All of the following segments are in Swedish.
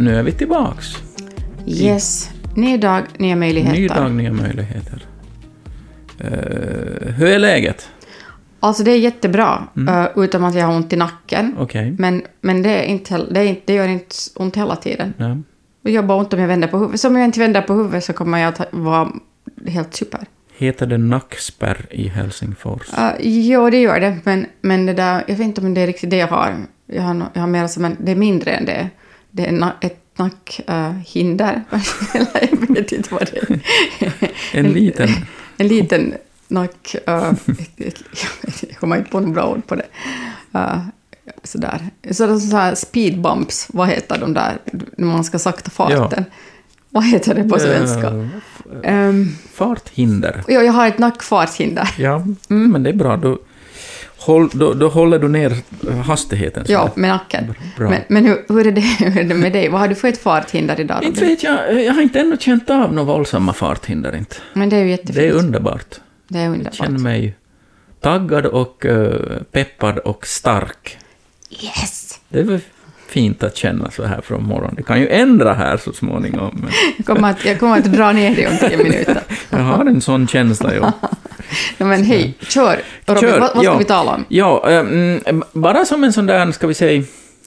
nu är vi tillbaks. Yes, ny dag, nya möjligheter. Ny dag, nya möjligheter. Hur är läget? Alltså det är jättebra, utom att jag har ont i nacken. Okej. Men det gör inte ont hela tiden. Ja. Det gör bara ont om jag vänder på huvudet. Så om jag inte vänder på huvudet så kommer jag att vara helt super. Heter det nackspärr i Helsingfors? Jo, det gör det. Men det där, jag vet inte om det är riktigt det jag har. Jag har mer som det är mindre än det. Det är ett nackhinder. Jag vet inte vad det är. En liten nack... jag kommer inte på något bra ord på det. Sådär. Så här speed bumps, vad heter de där när man ska sakta farten? Ja. Vad heter det på svenska? Farthinder. Ja, jag har ett nackfarthinder. Ja, men det är bra. Då håller du ner hastigheten. Ja, med nacken. Bra. Men hur är det med dig? Vad har du för ett farthinder idag? Inte vet jag. Jag har inte ännu känt av några våldsamma farthinder. Inte. Men det är ju jättefint. Det är underbart. Jag känner mig taggad och peppad och stark. Yes! Det är väl fint att känna så här från morgonen. Det kan ju ändra här så småningom. Men... jag kommer att dra ner det om 10 minuter. Jag har en sån känsla, ja. Ja, men hej, kör. Robin, vad ska vi tala om? Ja, bara som en sån där, ska vi säga,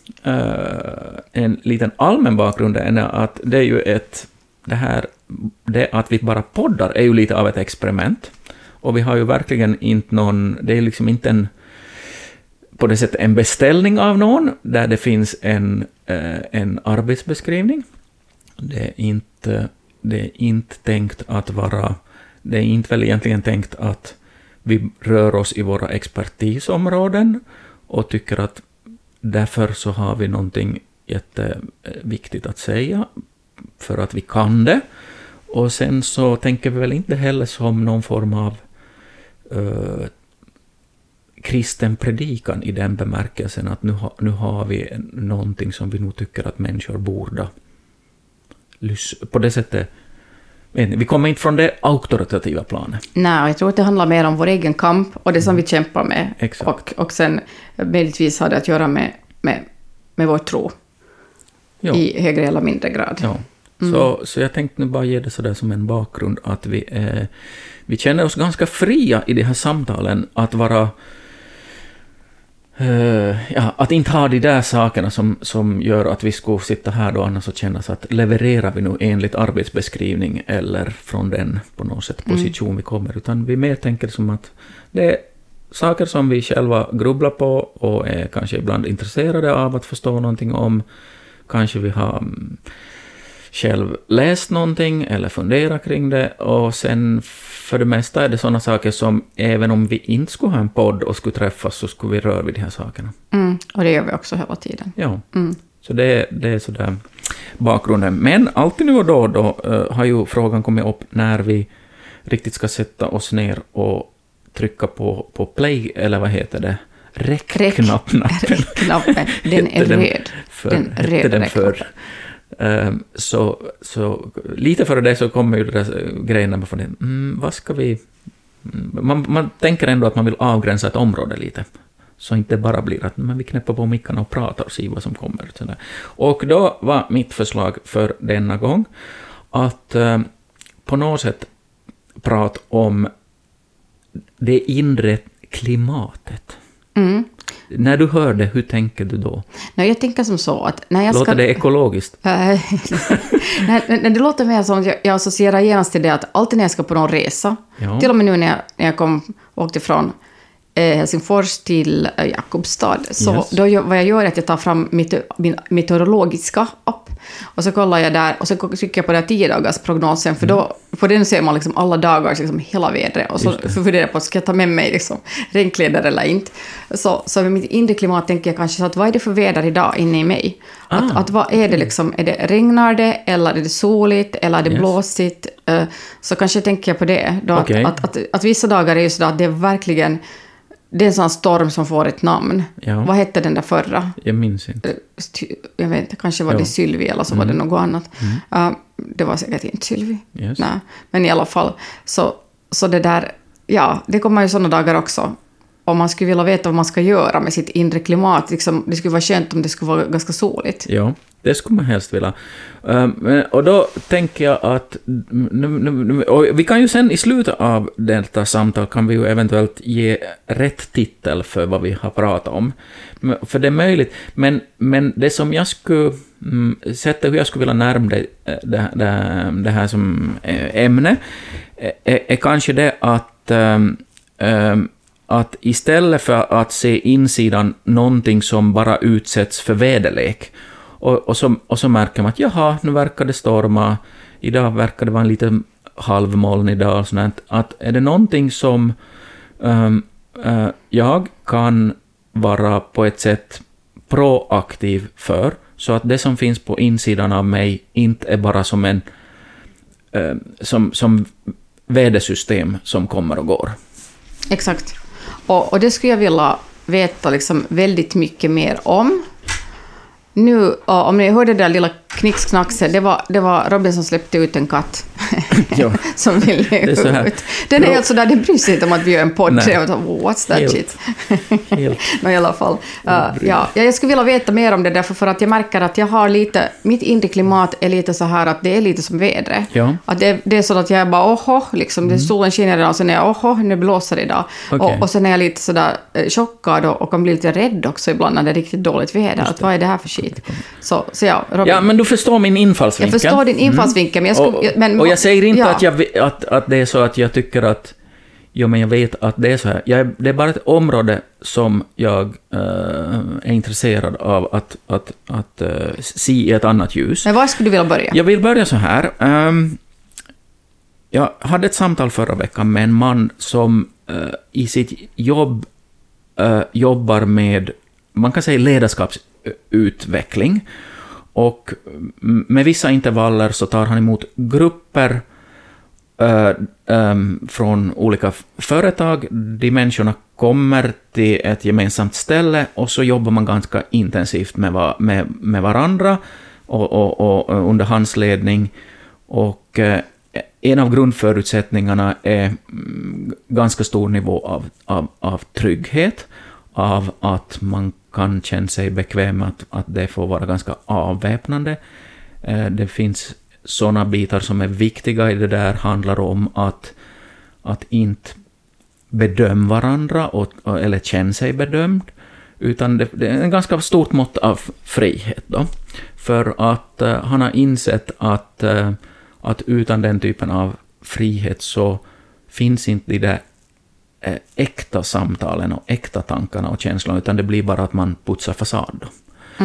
en liten allmän bakgrund är att det är ju det att vi bara poddar är ju lite av ett experiment. Och vi har ju verkligen inte det är liksom inte på det sättet en beställning av någon där det finns en arbetsbeskrivning. Det är inte tänkt att vara, det är inte väl egentligen tänkt att vi rör oss i våra expertisområden och tycker att därför så har vi någonting jätteviktigt att säga för att vi kan det. Och sen så tänker vi väl inte heller som någon form av kristen predikan i den bemärkelsen att nu har vi någonting som vi nog tycker att människor borde på det sättet. Vi kommer inte från det auktoritativa planet. Nej, jag tror att det handlar mer om vår egen kamp och det som vi kämpar med. Exakt. Och sen möjligtvis har det att göra med vår tro. Ja. I högre eller mindre grad. Ja. Så jag tänkte nu bara ge det sådär som en bakgrund att vi känner oss ganska fria i de här samtalen att vara att inte ha de där sakerna som gör att vi ska sitta här då annars och känna så att levererar vi nu enligt arbetsbeskrivning eller från den på något sätt position vi kommer, utan vi mer tänker som att det är saker som vi själva grubblar på och är kanske ibland intresserade av att förstå någonting om. Kanske vi har själv läst någonting eller funderat kring det, och sen för det mesta är det sådana saker som även om vi inte skulle ha en podd och skulle träffas så skulle vi röra vid de här sakerna. Och det gör vi också hela tiden. Ja, så det är sådär bakgrunden. Men alltid nu och då har ju frågan kommit upp när vi riktigt ska sätta oss ner och trycka på play, eller vad heter det? Rec-knappen. Den är röd. Den röda rec-knappen. Så lite före det så kommer ju det där grejerna från det. Vad ska vi... Man tänker ändå att man vill avgränsa ett område lite. Så inte bara blir att vi knäpper på mickarna och pratar och ser vad som kommer. Sådär. Och då var mitt förslag för denna gång att på något sätt prata om det inre klimatet. När du hör det, hur tänker du då? Nej, jag tänker som så att... Låter det ekologiskt? Nej, det låter mer som att jag associerar genast till det att alltid när jag ska på någon resa, till och med nu när jag åkte från Helsingfors till Jakobstad, så då vad jag gör är att jag tar fram min meteorologiska app och så kollar jag där och så trycker jag på den 10-dagars prognosen, för då på den ser man liksom alla dagar liksom hela vädret, och så funderar jag på ska jag ta med mig liksom regnkläder eller inte. Så med mitt inre klimat tänker jag kanske så att vad är det för väder idag inne i mig? Att vad är det liksom, är det regnar det eller är det soligt eller är det blåsigt? Så kanske tänker jag på det då, att vissa dagar är ju så att det är verkligen det är en sån storm som får ett namn. Ja. Vad hette den där förra? Jag minns inte. Jag vet inte, kanske var det Sylvie eller så var det något annat. Det var säkert inte Sylvie. Yes. Nej. Men i alla fall, så det där, ja, det kommer ju såna dagar också. om man skulle vilja veta vad man ska göra med sitt inre klimat. Liksom, det skulle vara skönt om det skulle vara ganska soligt. Ja, det skulle man helst vilja. Och då tänker jag att och vi kan ju sen i slutet av detta samtal kan vi ju eventuellt ge rätt titel för vad vi har pratat om. För det är möjligt. Men det som jag skulle sätta hur jag skulle vilja närma dig det här som ämne är kanske det att istället för att se insidan någonting som bara utsätts för väderlek och så märker man att jaha, nu verkar det storma, idag verkar det vara en liten halvmoln idag och sånt, att är det någonting som jag kan vara på ett sätt proaktiv för, så att det som finns på insidan av mig inte är bara som en som vädersystem som kommer och går. Exakt. Och det skulle jag vilja veta liksom väldigt mycket mer om. Nu, om ni hörde det där lilla knicksknackset, det var Robin som släppte ut en katt som ville ut. Den är alltså där, det bryr sig inte om att vi gör en podd. What's that shit? No, i alla fall. Jag skulle vilja veta mer om det därför för att jag märker att jag har lite, mitt inre klimat är lite så här att det är lite som vädret. Ja. Att det är så att jag bara liksom, det solen skiner idag och sen är jag nu blåser det idag. Okay. Och sen är jag lite sådär chockad och kan bli lite rädd också ibland när det är riktigt dåligt väder. Att vad är det här för shit? Så ja, Robin. Ja, men du förstår min infallsvinkel. Jag förstår din infallsvinkel. Men och jag säger inte att det är så att jag tycker att men jag vet att det är så här. Det är bara ett område som jag är intresserad av att se i ett annat ljus. Men var skulle du vilja börja? Jag vill börja så här. Jag hade ett samtal förra veckan med en man som i sitt jobb jobbar med, man kan säga, ledarskapsutveckling. Och med vissa intervaller så tar han emot grupper från olika företag. De människorna kommer till ett gemensamt ställe och så jobbar man ganska intensivt med varandra och under hans ledning. Och en av grundförutsättningarna är ganska stor nivå av trygghet, av att man kan känna sig bekväm att det får vara ganska avväpnande. Det finns sådana bitar som är viktiga i det där, handlar om att inte bedöma varandra eller känna sig bedömd, utan det är en ganska stort mått av frihet då. För att han har insett att utan den typen av frihet så finns inte de där äkta samtalen och äkta tankarna och känslorna, utan det blir bara att man putsar fasad då.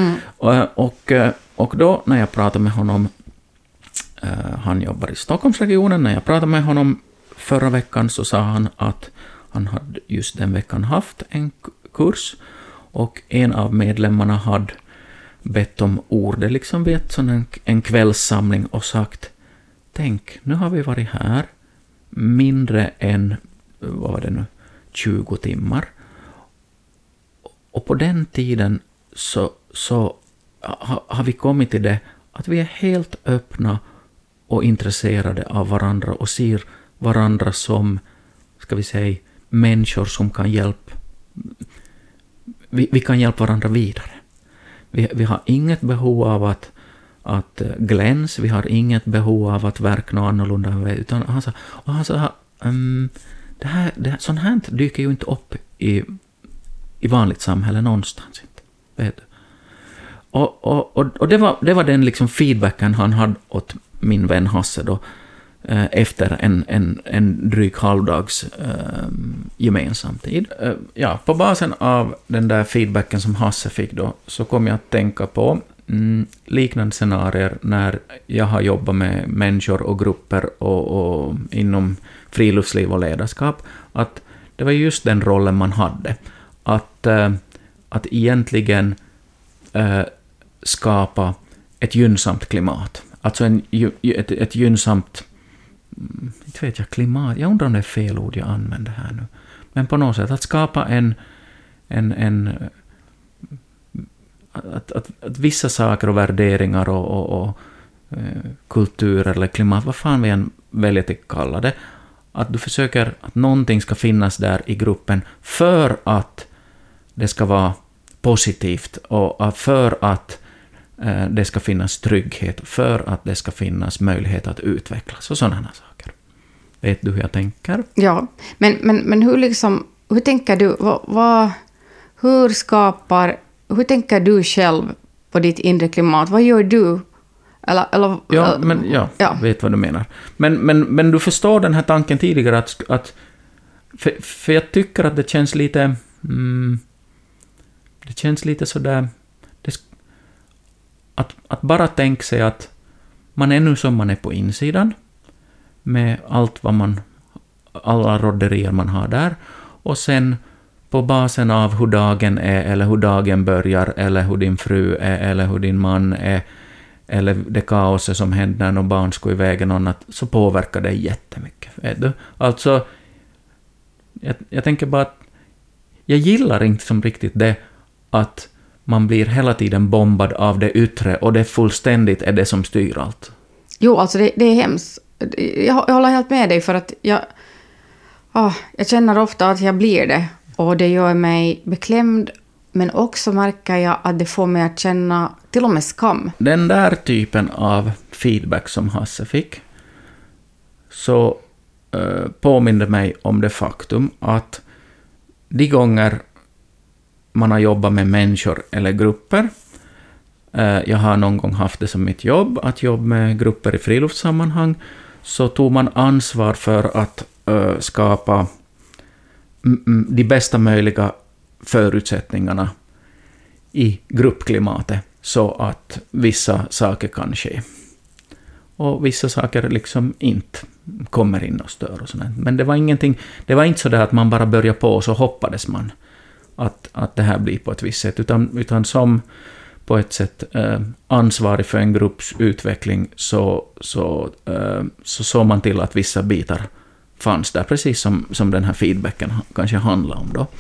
Och då när jag pratade med honom, han jobbar i Stockholmsregionen, när jag pratade med honom förra veckan så sa han att han hade just den veckan haft en kurs och en av medlemmarna hade bett om ordet liksom vid en kvällssamling och sagt: tänk, nu har vi varit här mindre än, vad var det nu, 20 timmar. Och på den tiden så har vi kommit till det att vi är helt öppna och intresserade av varandra och ser varandra som, ska vi säga, människor som kan hjälpa. Vi kan hjälpa varandra vidare. Vi har inget behov av att glänsa, vi har inget behov av att verka något annorlunda, utan han sa sånt här dyker ju inte upp i vanligt samhälle någonstans, inte, vet du. Och det var den liksom feedbacken han hade åt min vän Hasse då, efter en dryg halvdags gemensam tid. På basen av den där feedbacken som Hasse fick då, så kom jag att tänka på liknande scenarier när jag har jobbat med människor och grupper och inom friluftsliv och ledarskap, att det var just den rollen man hade, att egentligen skapa ett gynnsamt klimat, alltså ett gynnsamt, inte vet jag, klimat, jag undrar om det är fel ord jag använder här nu, men på något sätt att skapa att vissa saker och värderingar och kulturer eller klimat, vad fan vi än väljer att kalla det, att du försöker att någonting ska finnas där i gruppen för att det ska vara positivt och för att det ska finnas trygghet, för att det ska finnas möjlighet att utvecklas och sådana saker. Vet du hur jag tänker? Ja, men hur tänker du? Hur tänker du själv på ditt inre klimat? Vad gör du? Jag vet vad du menar. Men du förstår den här tanken tidigare att för jag tycker att det känns lite sådär att bara tänka sig att man är nu som man är på insidan med allt alla rodderier man har där, och sen på basen av hur dagen är eller hur dagen börjar eller hur din fru är eller hur din man är eller det kaoset som händer när någon barn ska iväg eller annat, så påverkar det jättemycket. Vet du? Alltså, jag tänker bara att jag gillar inte som riktigt det att man blir hela tiden bombad av det yttre och det fullständigt är det som styr allt. Jo, alltså det är hemskt. Jag håller helt med dig, för att jag känner ofta att jag blir det, och det gör mig beklämd, men också märker jag att det får mig att känna till och med skam. Den där typen av feedback som Hasse fick så påminner mig om det faktum att de gånger man har jobbat med människor eller grupper, jag har någon gång haft det som mitt jobb att jobba med grupper i friluftssammanhang, så tog man ansvar för att skapa de bästa möjliga förutsättningarna i gruppklimatet så att vissa saker kan ske. Och vissa saker liksom inte kommer in och stör och sådär. Men det var inte så där att man bara började på och så hoppades man att det här blir på ett visst sätt, utan som på ett sätt ansvarig för en grupps utveckling så såg man till att vissa bitar fanns där, precis som den här feedbacken kanske handlar om då.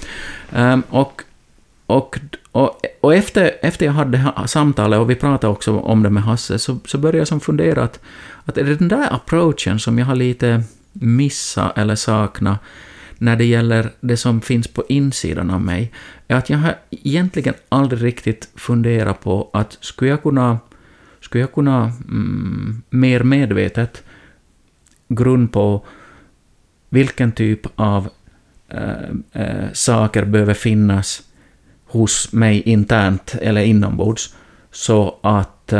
Och efter jag hade det här samtalet, och vi pratade också om det med Hasse, så började jag som fundera att är det den där approachen som jag har lite missat eller saknat när det gäller det som finns på insidan av mig, är att jag har egentligen aldrig riktigt funderat på att skulle jag kunna mer medvetet grund på vilken typ av saker behöver finnas hos mig internt eller inombords, så att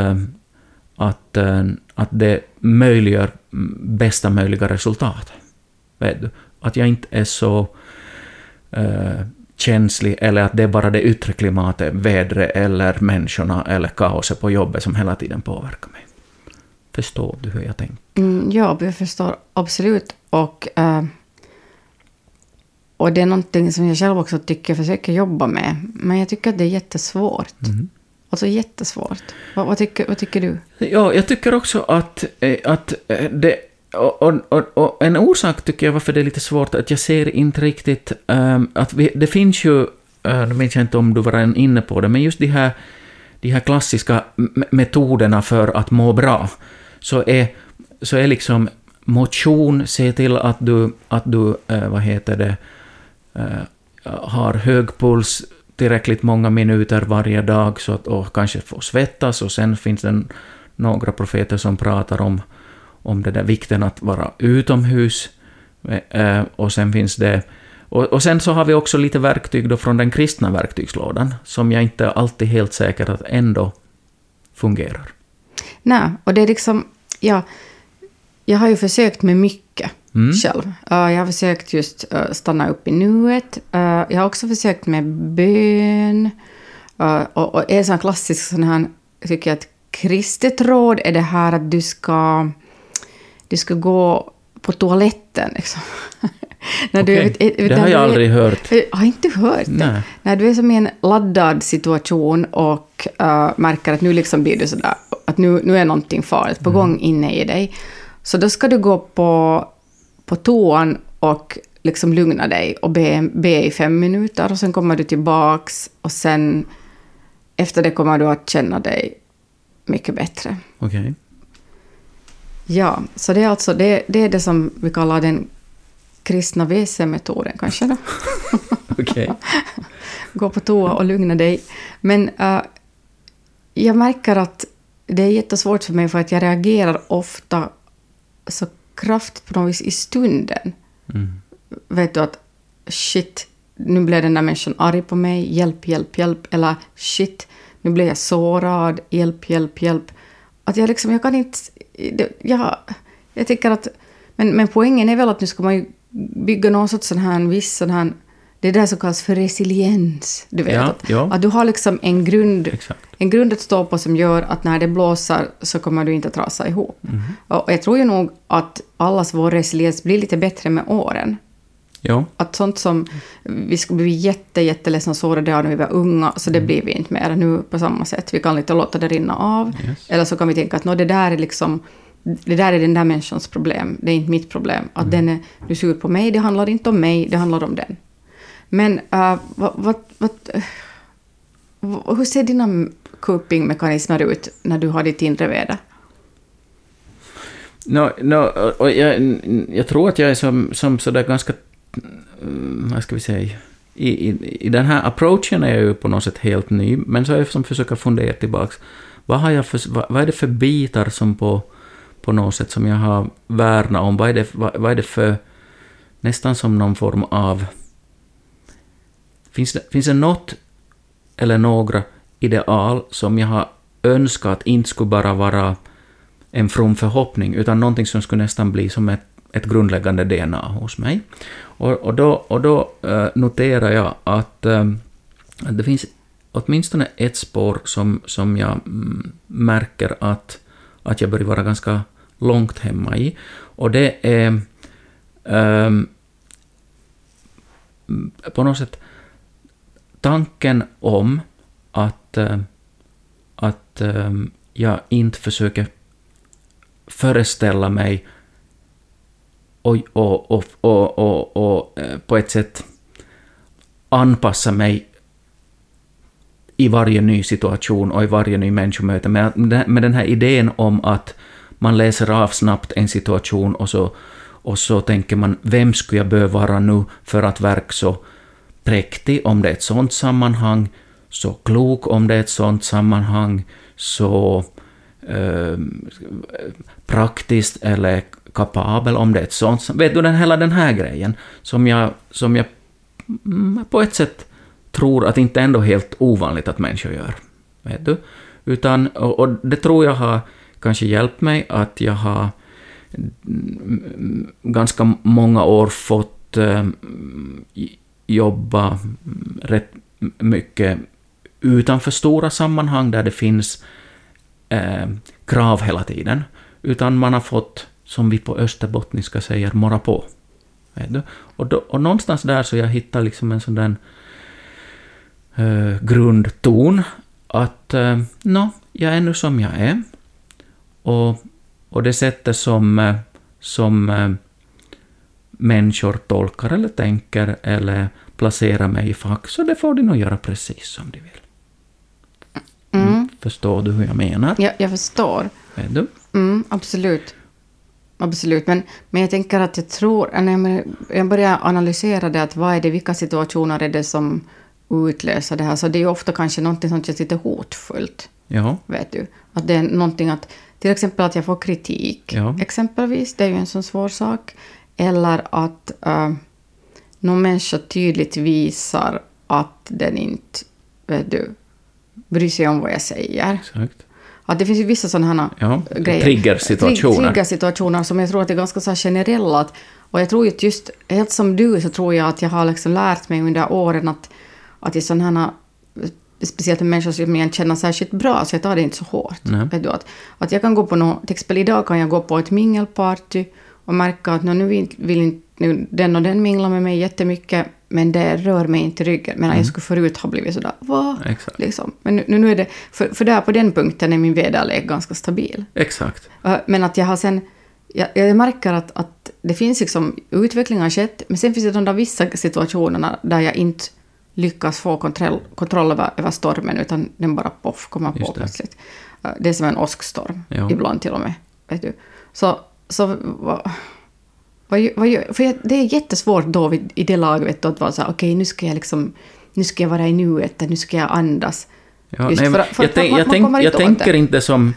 det möjliggör bästa möjliga resultat. Vet du? Att jag inte är så känslig, eller att det är bara det yttre klimatet, vädret eller människorna eller kaoset på jobbet som hela tiden påverkar mig. Förstår du hur jag tänker? Ja, jag förstår absolut. Och det är någonting som jag själv också försöker jobba med. Men jag tycker att det är jättesvårt. Mm. Alltså jättesvårt. Vad tycker du? Ja, jag tycker också att det... Och en orsak tycker jag varför det är lite svårt, att jag ser inte riktigt att det finns ju, nu vet jag inte om du var inne på det, men just de här klassiska metoderna för att må bra, så är liksom motion, se till att du har hög puls tillräckligt många minuter varje dag, så att, och kanske får svettas, och sen finns det några profeter som pratar om det där vikten att vara utomhus, och sen finns det, och sen så har vi också lite verktyg då från den kristna verktygslådan som jag inte är alltid helt säker att ändå fungerar. Nej, och det är liksom, jag har ju försökt med mycket själv. Jag har försökt just stanna upp i nuet. Jag har också försökt med bön, och en sån klassisk sån här, tycker jag, att kristet råd är det här att du ska gå på toaletten liksom. Det har jag aldrig hört. Har inte hört det? Nej. När du är som i en laddad situation och märker att nu liksom blir det sådär, att nu är någonting farligt på gång inne i dig. Så då ska du gå på toan och liksom lugna dig och be i 5 minuter, och sen kommer du tillbaks, och sen efter det kommer du att känna dig mycket bättre. Okej. Ja, så det är alltså det är det som vi kallar den kristna WC-metoden kanske då. Okej. Gå på toa och lugna dig. Men jag märker att det är jättesvårt för mig för att jag reagerar ofta så kraftigt på något vis i stunden. Vet du att shit, nu blev den där människan arg på mig, hjälp. Eller shit, nu blev jag sårad, hjälp. Att jag kan inte... Jag tycker att... Men poängen är väl att nu ska man ju bygga någon sorts viss det är det som kallas för resiliens. Du vet att du har liksom en grund att stå på som gör att när det blåser så kommer du inte att rasa ihop. Och jag tror ju nog att allas vår resiliens blir lite bättre med åren. Ja. Att sånt som vi ska bli jätteledsna och sårade när vi var unga, så det blir vi inte mer nu på samma sätt. Vi kan inte låta det rinna av. Yes. Eller så kan vi tänka att det där är liksom... Det där är den där människans problem. Det är inte mitt problem. Att den är du sur på mig, det handlar inte om mig, det handlar om den. Men hur ser dina copingmekanismer ut när du har ditt inre väder? Och jag tror att jag är som sådär ganska, vad ska vi säga, i den här approachen är jag ju på något sätt helt ny, men så är jag som försöker fundera tillbaks. Vad är det för bitar som på något sätt som jag har värnat om? Vad är det för, nästan som någon form av, finns det något eller några ideal som jag har önskat att inte skulle bara vara en from förhoppning, utan någonting som skulle nästan bli som ett grundläggande DNA hos mig. Och då noterar jag att det finns åtminstone ett spår som jag märker att jag börjar vara ganska långt hemma i. Och det är på något sätt tanken om att jag inte försöker föreställa mig och på ett sätt anpassa mig i varje ny situation och i varje ny människomöte. Med den här idén om att man läser av snabbt en situation och så tänker man, vem skulle jag behöva vara nu för att verka så präktig om det är ett sånt sammanhang, så klok om det är ett sånt sammanhang, så praktiskt eller kapabel om det är ett sånt. Vet du, hela den här grejen som jag på ett sätt tror att inte ändå helt ovanligt att människor gör. Vet du? Utan, och det tror jag har kanske hjälpt mig att jag har ganska många år fått jobba rätt mycket utanför stora sammanhang där det finns krav hela tiden. Utan man har fått, som vi på österbottniska säger, morra på. Vet du? Och någonstans där så jag hittar liksom en sån där grundton att jag är nu som jag är. Och det sättet som människor tolkar eller tänker eller placerar mig i fack, så det får de nog göra precis som de vill. Förstår du hur jag menar? Ja, jag förstår. Vet du? Absolut. Men jag tänker att jag tror, när jag börjar analysera det, att vilka situationer är det som utlöser det här, så det är ju ofta kanske någonting som känns lite hotfullt. Ja. Vet du? Att det är någonting att, till exempel att jag får kritik. Ja. Exempelvis, det är ju en sån svår sak. Eller att någon människa tydligt visar att den inte, vet du, bryr sig om vad jag säger. Exakt. Att det finns ju vissa sådana grejer. Triggersituationer som jag tror att är ganska så generella. Och jag tror att just, helt som du, så tror jag att jag har liksom lärt mig under åren att i sådana här, speciellt med människor som jag känner särskilt bra, så jag tar det inte så hårt. Vet du, att jag kan gå på till exempel idag kan jag gå på ett mingelparty och märka att nu vill inte den och den mingla med mig jättemycket, men det rör mig inte i ryggen. Men jag skulle förut ha blivit sådär, liksom. Men nu är det, för där på den punkten är min väderlek ganska stabil. Exakt. Men att jag har sen, jag märker att det finns liksom, utveckling har skett, men sen finns det de där vissa situationerna där jag inte lyckas få kontroll över stormen, utan den bara kommer på plötsligt. Det är som en åskstorm, ibland till och med. Vet du. Så För det är jättesvårt då i det laget att vara så här, okej, nu ska jag vara i nuet, nu ska jag andas. Ja, jag tänker inte som...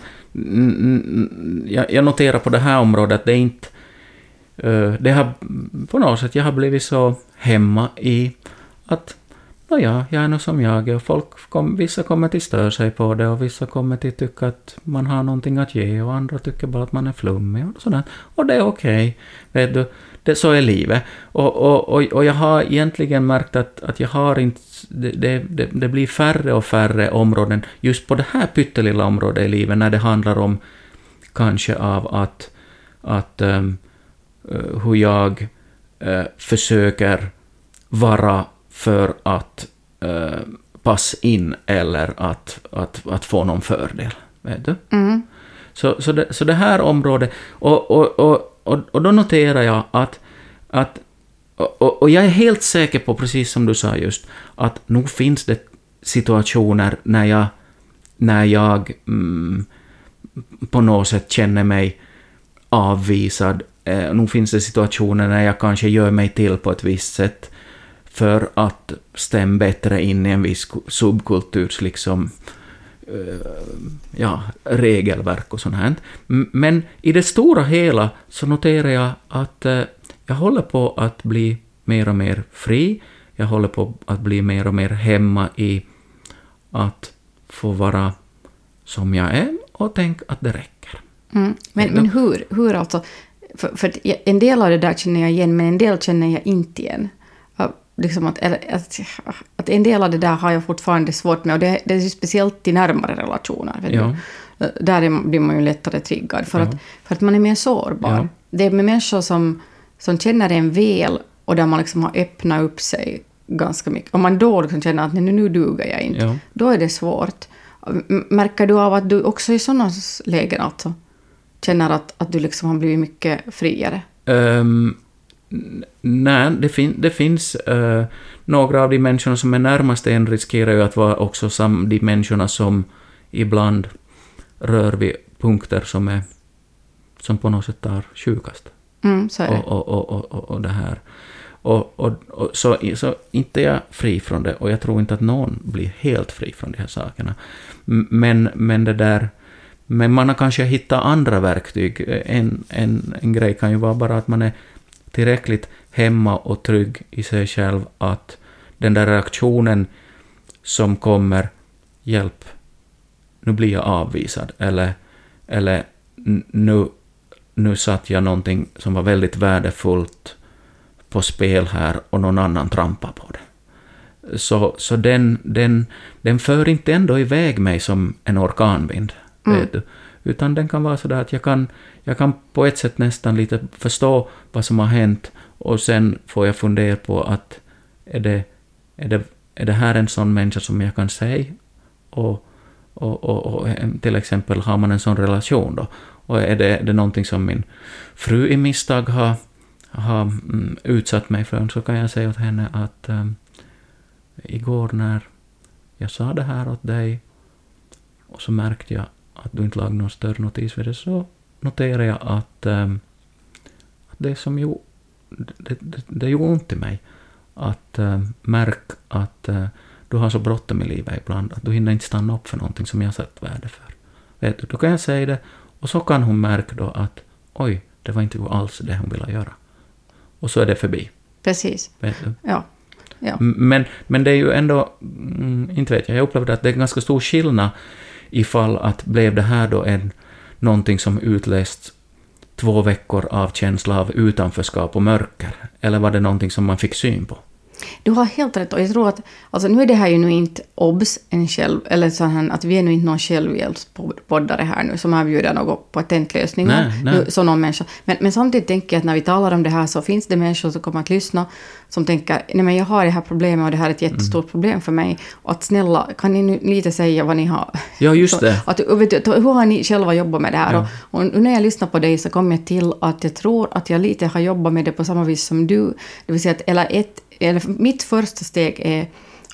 Jag noterar på det här området att det inte... Det har på något sätt, jag har blivit så hemma i att jag är nog som jag är, och vissa kommer till störa sig på det och vissa kommer till tycka att man har någonting att ge och andra tycker bara att man är flummig och sådär. Och det är okej. Vet du, så är livet. Och jag har egentligen märkt att jag har inte, det blir färre och färre områden just på det här pyttelilla området i livet när det handlar om kanske av att hur jag försöker vara för att passa in eller att få någon fördel. Vet du? Mm. Så det här området, och då noterar jag att jag är helt säker på, precis som du sa just, att nog finns det situationer när jag på något sätt känner mig avvisad. Nu finns det situationer när jag kanske gör mig till på ett visst sätt för att stämma bättre in i en viss subkulturs liksom, regelverk och sånt här. Men i det stora hela så noterar jag att jag håller på att bli mer och mer fri. Jag håller på att bli mer och mer hemma i att få vara som jag är och tänk att det räcker. Mm. Men hur alltså? För en del av det där känner jag igen, men en del känner jag inte igen. Liksom att en del av det där har jag fortfarande svårt med, och det är speciellt i närmare relationer. Vet du? Där blir man ju lättare triggad för att man är mer sårbar. Ja. Det är med människor som känner en väl och där man liksom har öppnat upp sig ganska mycket. Om man då liksom känner att nu duger jag inte, då är det svårt. Märker du av att du också i sådana lägen alltså känner att du liksom har blivit mycket friare? Nej, det finns några av de människorna som är närmast en riskerar ju att vara också de människorna som ibland rör vid punkter som på något sätt tar sjukast. Så är det. Och det här. Så inte är jag fri från det, och jag tror inte att någon blir helt fri från de här sakerna. Men det där, men man har kanske hittat andra verktyg. En grej kan ju vara bara att man är tillräckligt hemma och trygg i sig själv, att den där reaktionen som kommer, hjälp, nu blir jag avvisad, eller nu satt jag någonting som var väldigt värdefullt på spel här och någon annan trampar på det. Så den för inte ändå iväg mig som en orkanvind, vet du. Utan den kan vara så där att jag kan på ett sätt nästan lite förstå vad som har hänt, och sen får jag fundera på att är det här en sån människa som jag kan säga, och till exempel har man en sån relation då, och är det någonting som min fru i misstag har utsatt mig för, så kan jag säga åt henne att igår när jag sa det här åt dig och så märkte jag att du inte lagde någon större notis för det, så noterar jag att det som det gjorde ont i mig att märka att du har så bråttom i livet ibland att du hinner inte stanna upp för någonting som jag satt värde för. Vet du, då kan jag säga det, och så kan hon märka då att oj, det var inte alls det hon ville göra. Och så är det förbi. Precis. Vet du? Ja. Men det är ju ändå, inte vet jag upplevde att det är ganska stor skillnad ifall att blev det här då någonting som utlöst 2 veckor av känsla av utanförskap och mörker, eller var det någonting som man fick syn på? Du har helt rätt, och jag tror att alltså, nu är det här ju nu inte obs en själv, eller så här, att vi är nu inte någon självhjälpspoddare här nu som erbjuder något patentlösningar nu, så någon människa. Men samtidigt tänker jag att när vi talar om det här så finns det människor som kommer att lyssna som tänker, nej men jag har det här problemet och det här är ett jättestort problem för mig, och att snälla, kan ni nu lite säga vad ni har? Ja, just det. Hur har ni själva jobbat med det här? Ja. Och när jag lyssnar på dig så kommer jag till att jag tror att jag lite har jobbat med det på samma vis som du, det vill säga att mitt första steg är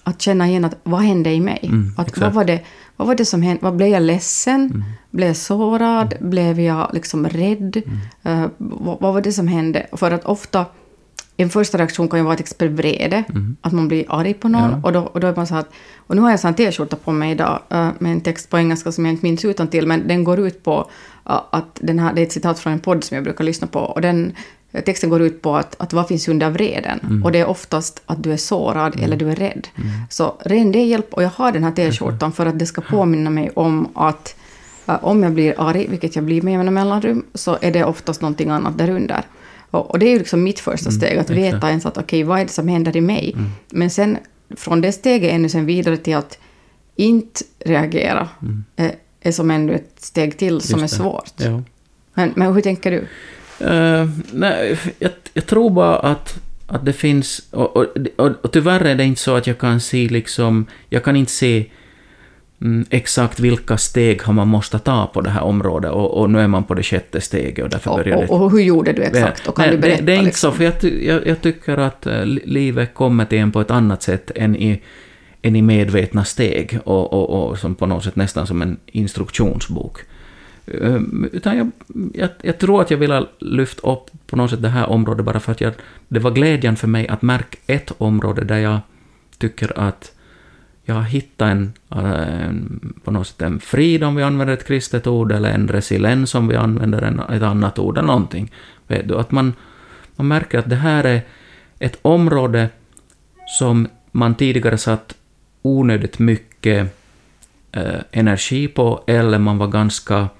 att känna igen att vad hände i mig? Vad var det som hände? Vad blev jag ledsen? Blev jag sårad? Blev jag liksom rädd? Vad var det som hände? För att ofta en första reaktion kan ju vara ett exempel vrede, att man blir arg på någon, och då är man så att, och nu har jag en t-skjorta på mig idag med en text på engelska som jag inte minns utan till, men den går ut på att det är ett citat från en podd som jag brukar lyssna på, och texten går ut på att vad finns under vreden, och det är oftast att du är sårad eller du är rädd. Så ren det hjälp, och jag har den här t-skjortan för att det ska påminna mig om att om jag blir arg, vilket jag blir med jämna mellanrum, så är det oftast någonting annat därunder. Och det är ju liksom mitt första steg, att veta ens att okej, vad är det som händer i mig? Men sen från det steget ännu sen vidare till att inte reagera är som ännu ett steg till som är svårt. Ja. Men hur tänker du? Nej, jag tror bara att det finns, och tyvärr är det inte så att jag kan se liksom, jag kan inte se exakt vilka steg har man måste ta på det här området, och nu är man på det 6:e steget och därför börjar det. Och hur gjorde du exakt? Och kan du berätta, det är inte liksom? så, för jag tycker att livet kommer till en på ett annat sätt än i medvetna steg och som på något sätt nästan som en instruktionsbok. Utan jag tror att jag vill lyfta upp på något sätt det här området bara för att det var glädjande för mig att märka ett område där jag tycker att jag har hittat på något sätt en frid, om vi använder ett kristet ord, eller en resiliens om vi använder ett annat ord eller någonting. Vet du, att man märker att det här är ett område som man tidigare satt onödigt mycket energi på, eller man var ganska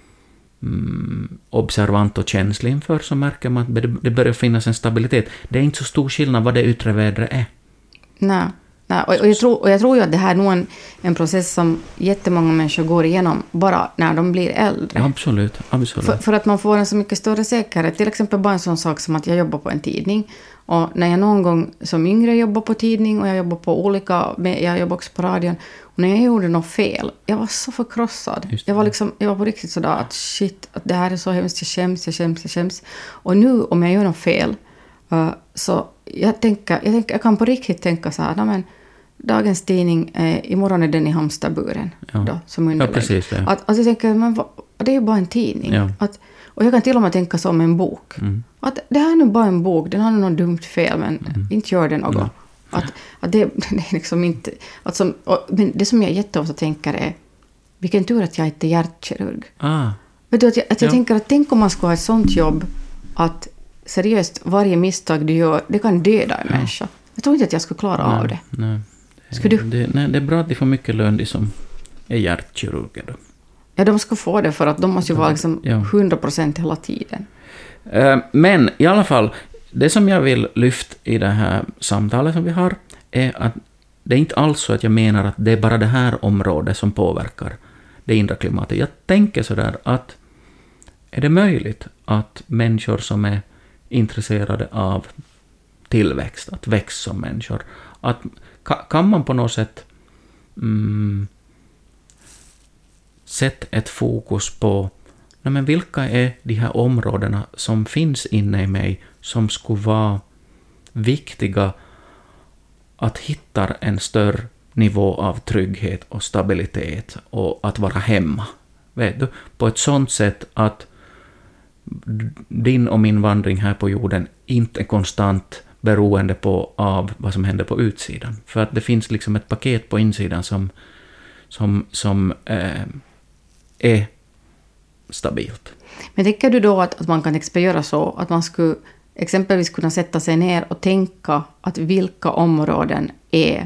observant och känslig inför, så märker man att det börjar finnas en stabilitet. Det är inte så stor skillnad vad det yttre vädret är. Nej. Och jag tror ju att det här är nog en process som jättemånga människor går igenom bara när de blir äldre. Absolut. För att man får en så mycket större säkerhet. Till exempel bara en sån sak som att jag jobbar på en tidning. Och när jag någon gång som yngre jobbar på tidning, och jag jobbar på jag jobbar också på radion. Och när jag gjorde något fel, jag var så förkrossad. Jag var på riktigt sådär att shit, att det här är så hemskt, jag skäms. Och nu om jag gör något fel, så jag kan på riktigt tänka så här, men dagens tidning, imorgon är den i hamsterburen då, som underlägg. Ja, precis det. Att jag tänker, men det är ju bara en tidning. Ja. Och jag kan till och med tänka som en bok. Att det här är nu bara en bok, den har något dumt fel, men inte gör det något. Att det är liksom inte... men det som jag jätteofta tänker är, vilken tur att jag inte är hjärtkirurg. Vet du, att jag tänker att tänk om man ska ha ett sånt jobb att seriöst, varje misstag du gör, det kan döda en människa. Jag tror inte att jag skulle klara av det. Nej. Skulle du? Det är bra att de får mycket lön, de som är hjärtkirurger då. Ja, de ska få det, för att de måste ju vara liksom 100% hela tiden. Men i alla fall, det som jag vill lyfta i det här samtalet som vi har är att det är inte alls så att jag menar att det är bara det här området som påverkar det inre klimatet. Jag tänker sådär att är det möjligt att människor som är intresserade av tillväxt, att växa som människor, att kan man på något sätt sätta ett fokus på men vilka är de här områdena som finns inne i mig som skulle vara viktiga att hitta en större nivå av trygghet och stabilitet och att vara hemma. Vet du? På ett sånt sätt att din och min vandring här på jorden inte är konstant beroende av vad som händer på utsidan. För att det finns liksom ett paket på insidan som är stabilt. Men tänker du då att man kan göra så att man skulle exempelvis kunna sätta sig ner och tänka att vilka områden är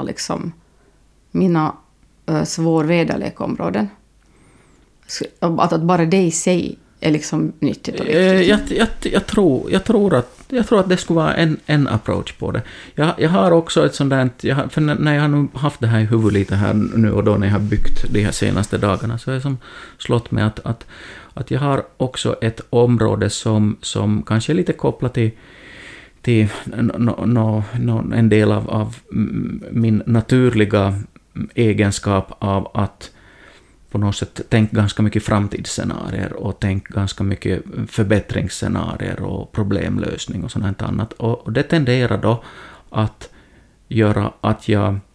mina svårväderleka områden? Att bara det i sig är liksom nyttigt och viktigt. Jag tror att det skulle vara en approach på det. Jag har också ett sånt där, för när jag har nu haft det här i huvudet lite här nu och då när jag har byggt de här senaste dagarna, så är det som slått mig att jag har också ett område som kanske är lite kopplat till en del av min naturliga egenskap av att på något sätt tänka ganska mycket framtidsscenarier och tänka ganska mycket förbättringsscenarier och problemlösning och sånt annat. Och det tenderar då att göra att jag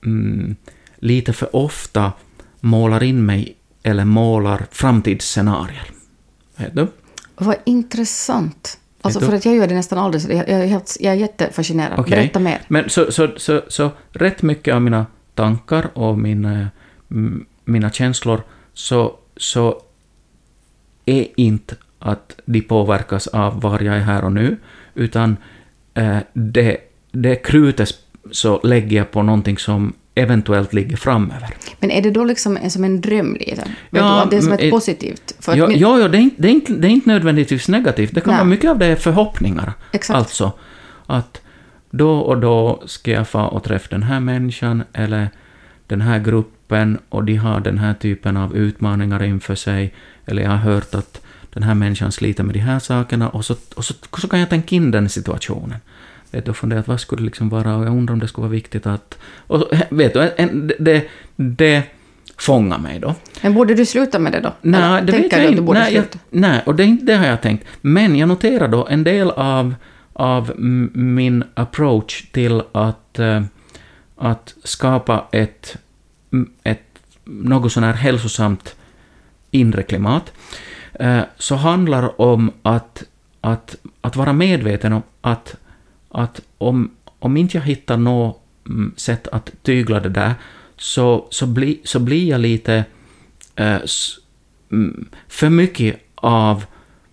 lite för ofta målar in mig eller målar framtidsscenarier. Vet du? Vad intressant. Alltså för att jag gör det nästan aldrig, så jag är jättefascinerad. Okay. Berätta mer. Men så rätt mycket av mina tankar och mina känslor så är inte att de påverkas av var jag är här och nu, utan det krutet så lägger jag på någonting som eventuellt ligger framöver. Men är det då liksom som en dröm lite? Ja, det är som ett positivt? För det är inte nödvändigtvis negativt. Det kan vara mycket av det är förhoppningar. Exakt. Alltså, att då och då ska jag få och träffa den här människan eller den här gruppen och de har den här typen av utmaningar inför sig. Eller jag har hört att den här människan sliter med de här sakerna och så kan jag tänka in den situationen. Vet du, funderat vad skulle det liksom vara, och jag undrar om det skulle vara viktigt att... Och vet du, det fångar mig då. Men borde du sluta med det då? Nej, det vet jag inte. Nej, och det har jag tänkt. Men jag noterar då en del av min approach till att skapa ett något sån här hälsosamt inre klimat, så handlar om att vara medveten om att om inte jag hittar något sätt att tygla det där, så blir jag lite för mycket av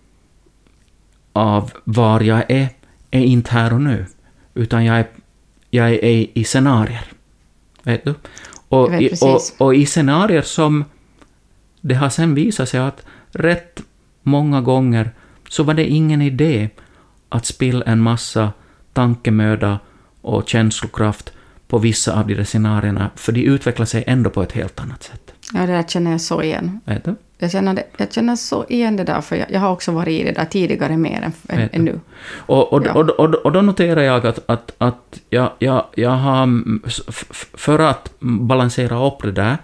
var jag är inte här och nu, utan jag är i scenarier. Vet du? Och i scenarier som det har sen visat sig att rätt många gånger så var det ingen idé att spilla en massa tankemöda och känslokraft på vissa av de där scenarierna, för de utvecklar sig ändå på ett helt annat sätt. Ja, det där känner jag så igen. Vet du? Jag känner så igen det där, för jag har också varit i det där tidigare mer än nu. Och då noterar jag att jag har, för att balansera upp det där,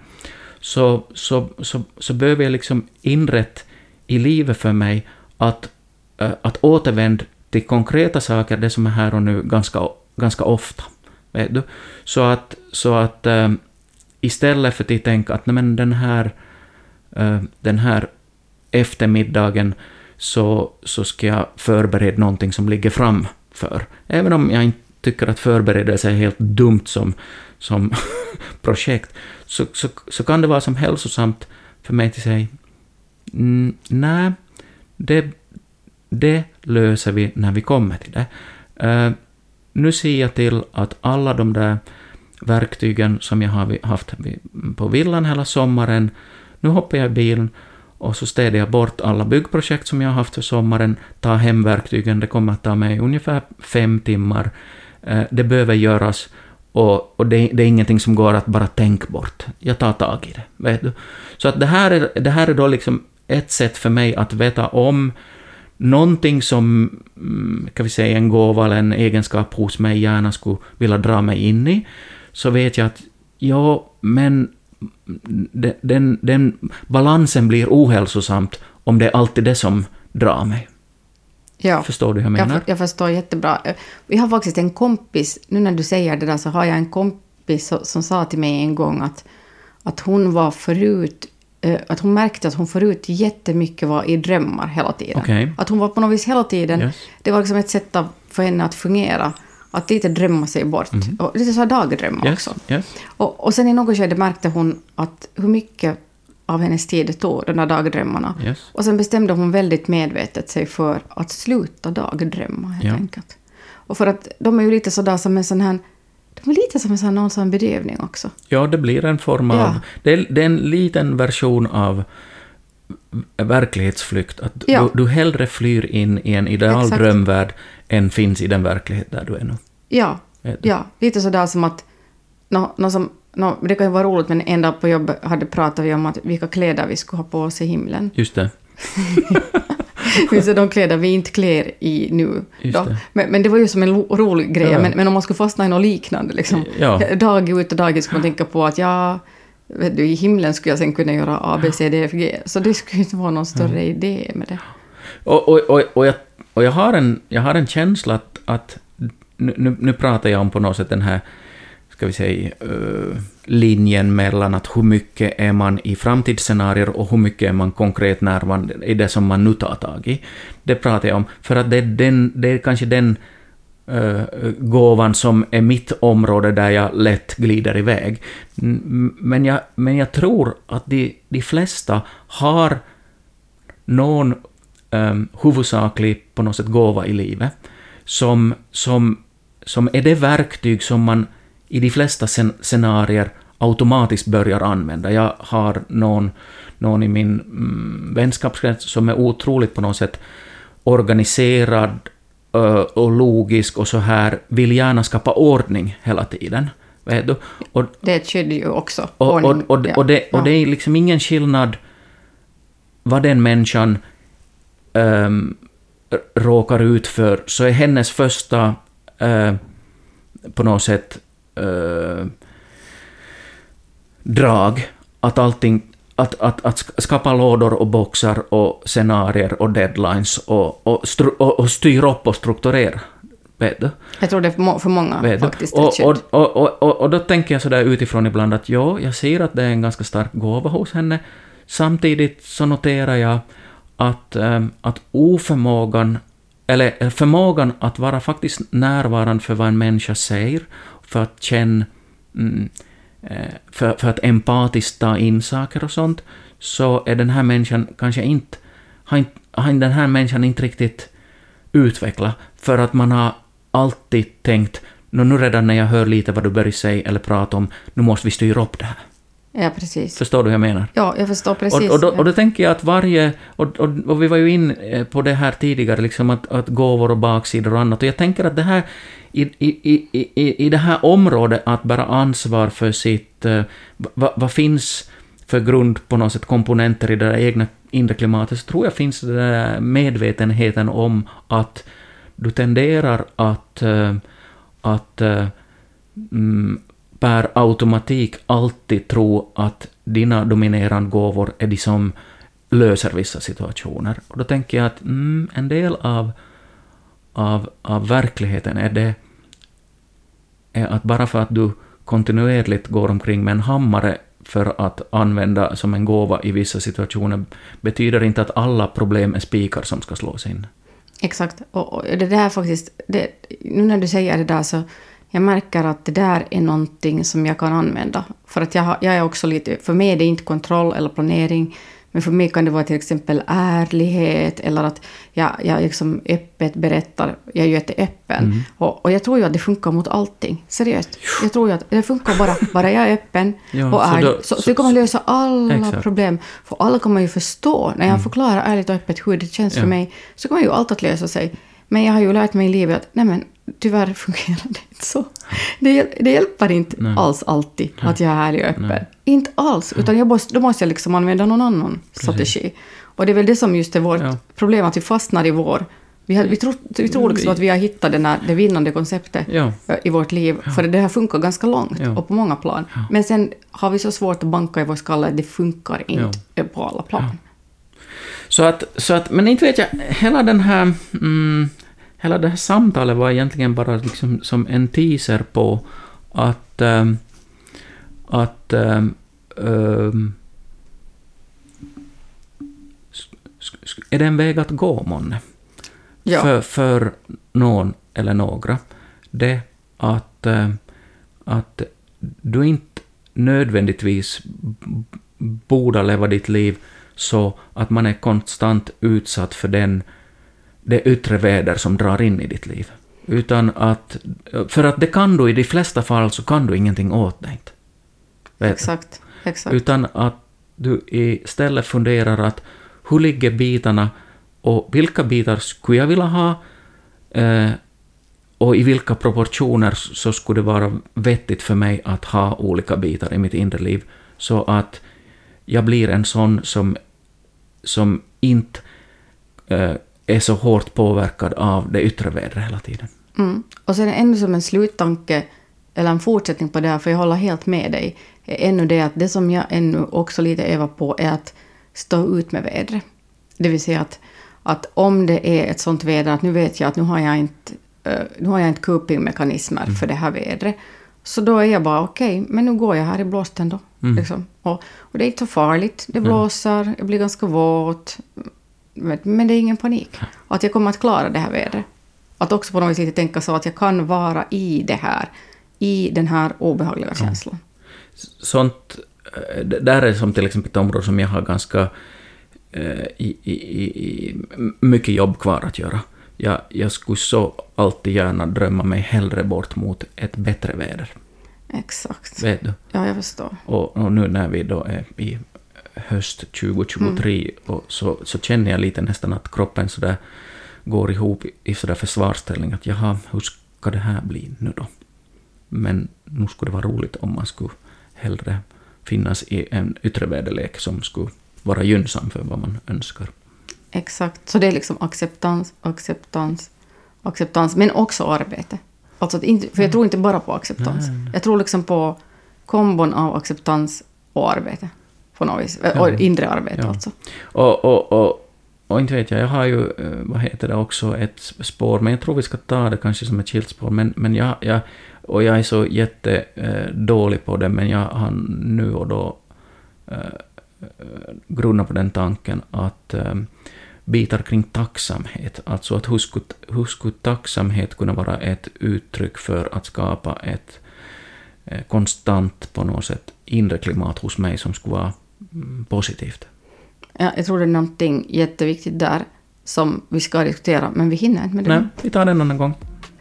så behöver jag liksom inrätt i livet för mig att återvända till konkreta saker, det som är här och nu, ganska ofta. Vet du? Så att istället för att tänka att men den här eftermiddagen så ska jag förbereda någonting som ligger framför. Även om jag inte tycker att förberedelse är helt dumt som projekt, så kan det vara som hälsosamt för mig att säga nej, det löser vi när vi kommer till det. Nu ser jag till att alla de där verktygen som jag har haft på villan hela sommaren, nu hoppar jag i bilen och så städar jag bort alla byggprojekt som jag har haft för sommaren, tar hem verktygen, det kommer att ta mig ungefär 5 timmar. Det behöver göras och det är ingenting som går att bara tänka bort. Jag tar tag i det, vet du. Så att det här är då liksom ett sätt för mig att veta om någonting som, kan vi säga, en gåva eller en egenskap hos mig gärna skulle vilja dra mig in i, så vet jag att men den balansen blir ohälsosamt om det är alltid det som drar mig. Ja, förstår du hur jag menar? Jag förstår jättebra. Vi har faktiskt en kompis, nu när du säger det där, så har jag en kompis som sa till mig en gång att hon var förut, att hon märkte att hon förut jättemycket var i drömmar hela tiden. Okay. Att hon var på något vis hela tiden, yes. Det var liksom ett sätt för henne att fungera, att lite drömma sig bort. Mm-hmm. Och lite så här dagdrömmar också. Yes. Och sen i något skede märkte hon att hur mycket av hennes tid det tog, de där dagdrömmarna. Yes. Och sen bestämde hon väldigt medvetet sig för att sluta dagdrömma, helt enkelt. Och för att de är ju lite sådär som en sån här, de är lite som en sån någon sån bedövning också. Ja, det blir en form av, det är en liten version av verklighetsflykt. Att du hellre flyr in i en ideal drömvärld än finns i den verklighet där du är nu. Ja, lite sådär som att det kan ju vara roligt, men en dag på jobbet hade pratat vi om att vilka kläder vi skulle ha på oss i himlen. Just det. Så de kläder vi inte klär i nu. Men det var ju som en rolig grej. Ja. Men om man skulle fastna i något liknande, liksom, dag ut och dag skulle man tänka på att i himlen skulle jag sen kunna göra A, B, C, D, F, G. Så det skulle inte vara någon större idé med det. Och jag har en känsla att nu pratar jag om på något sätt den här, ska vi säga, linjen mellan att hur mycket är man i framtidsscenarier och hur mycket är man konkret närvarande i det som man nu tar tag i. Det pratar jag om, för att det är kanske den gåvan som är mitt område där jag lätt glider iväg. Men jag tror att de flesta har någon huvudsaklig på något sätt gåva i livet som är det verktyg som man i de flesta scenarier automatiskt börjar använda. Jag har någon i min vänskapskrets som är otroligt på något sätt organiserad och logisk och så här, vill gärna skapa ordning hela tiden. Vet du? Och, det skedde ju också. Och det är liksom ingen skillnad vad den människan råkar ut för, så är hennes första på något sätt drag att skapa lådor och boxar och scenarier och deadlines och styra upp och strukturera. Vet du? Jag tror det är för många faktiskt. Och då tänker jag så där utifrån ibland att jag ser att det är en ganska stark gåva hos henne. Samtidigt så noterar jag att oförmågan eller förmågan att vara faktiskt närvarande för vad en människa säger, för att känna för att empatiskt ta in saker och sånt, så är den här människan kanske inte har den här människan inte riktigt utvecklat, för att man har alltid tänkt nu redan när jag hör lite vad du börjar säga eller prata om, nu måste vi styra upp det här. Ja, precis. Förstår du vad jag menar? Ja, jag förstår precis. Och då tänker jag att och vi var ju in på det här tidigare, liksom att gåvor och baksidor och annat, och jag tänker att det här i det här området att bara ansvar för sitt, vad finns för grund på något sätt komponenter i det där egna inre klimatet, så tror jag finns den där medvetenheten om att du tenderar att per automatik alltid tro att dina dominerande gåvor är de som löser vissa situationer. Och då tänker jag att en del av verkligheten är att bara för att du kontinuerligt går omkring med en hammare för att använda som en gåva i vissa situationer, betyder inte att alla problem är spikar som ska slås in. Exakt. Och det där faktiskt, nu när du säger det där, så jag märker att det där är någonting som jag kan använda. För att jag är också lite, för mig är det inte kontroll eller planering, men för mig kan det vara till exempel ärlighet, eller att jag liksom öppet berättar, jag är ju jätteöppen. Och jag tror ju att det funkar mot allting, seriöst. Jag tror ju att det funkar bara jag är öppen och ärlig. Så det kommer lösa alla problem. För alla kommer ju förstå, när jag förklarar ärligt och öppet hur det känns för mig, så kommer ju allt att lösa sig. Men jag har ju lärt mig i livet att nej men, tyvärr fungerar det inte så. Det hjälper inte alls alltid att jag är ärlig och öppen. Inte alls, utan då måste jag liksom använda någon annan strategi. Och det är väl det som just är vårt problem, att vi fastnar i vår... Vi tror liksom att vi har hittat det vinnande konceptet i vårt liv, för det här funkar ganska långt och på många plan. Men sen har vi så svårt att banka i vår skalle att det funkar inte på alla plan. Så att, men inte vet jag, hela det här samtalet var egentligen bara liksom som en teaser på att är det en väg att gå, månne? Ja. För någon eller några. Det att du inte nödvändigtvis borde leva ditt liv så att man är konstant utsatt för det yttre väder som drar in i ditt liv. Utan för att det kan du, i de flesta fall så kan du ingenting åt det inte. Exakt. Utan att du istället funderar att hur ligger bitarna och vilka bitar skulle jag vilja ha och i vilka proportioner så skulle det vara vettigt för mig att ha olika bitar i mitt inre liv, så att jag blir en sån som inte är så hårt påverkad av det yttre vädret hela tiden. Och sen ännu som en sluttanke eller en fortsättning på det här, för jag håller helt med dig, är ännu det att det som jag ännu också lite övar på är att stå ut med vädret. Det vill säga att om det är ett sånt väder att nu vet jag att nu har jag inte copingmekanismer för det här vädret, Så då är jag bara okej, men nu går jag här i blåsten då. Liksom. Och det är inte så farligt. Det blåser, jag blir ganska våt. Men det är ingen panik. Att jag kommer att klara det här vädret. Att också på något sätt tänka så att jag kan vara i det här. I den här obehagliga känslan. Sånt, där är som till exempel ett område som jag har ganska mycket jobb kvar att göra. Jag skulle så alltid gärna drömma mig hellre bort mot ett bättre väder. Exakt. Vet du? Ja, jag förstår. Och nu när vi då är i höst 2023 och så känner jag lite nästan att kroppen så där går ihop i så där försvarsställning att jaha, hur ska det här bli nu då? Men nu skulle det vara roligt om man skulle hellre finnas i en yttre väderlek som skulle vara gynnsam för vad man önskar. Exakt, så det är liksom acceptans, men också arbete. Alltså för jag tror inte bara på acceptans. Nej. Jag tror liksom på kombon av acceptans och arbete. På något vis. Och inre arbete alltså. Och inte vet jag har ju, vad heter det, också ett spår, men jag tror vi ska ta det kanske som ett skilt spår, men jag är så jättedålig på det, men jag har nu och då grunnat på den tanken att bitar kring tacksamhet, alltså att hur skulle tacksamhet kunna vara ett uttryck för att skapa ett konstant på något sätt inre klimat hos mig som skulle vara positivt. Ja, jag tror det är någonting jätteviktigt där som vi ska diskutera, men vi hinner inte med det. Nej, vi tar det en annan gång.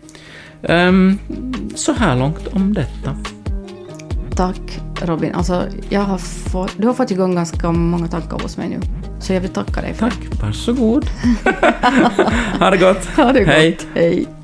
Så här långt om detta. Tack Robin. Alltså, du har fått igång ganska många tankar hos mig nu. Så jag vill tacka dig för det. Tack, varsågod. Ha det gott. Ha det gott. Hej. Hej.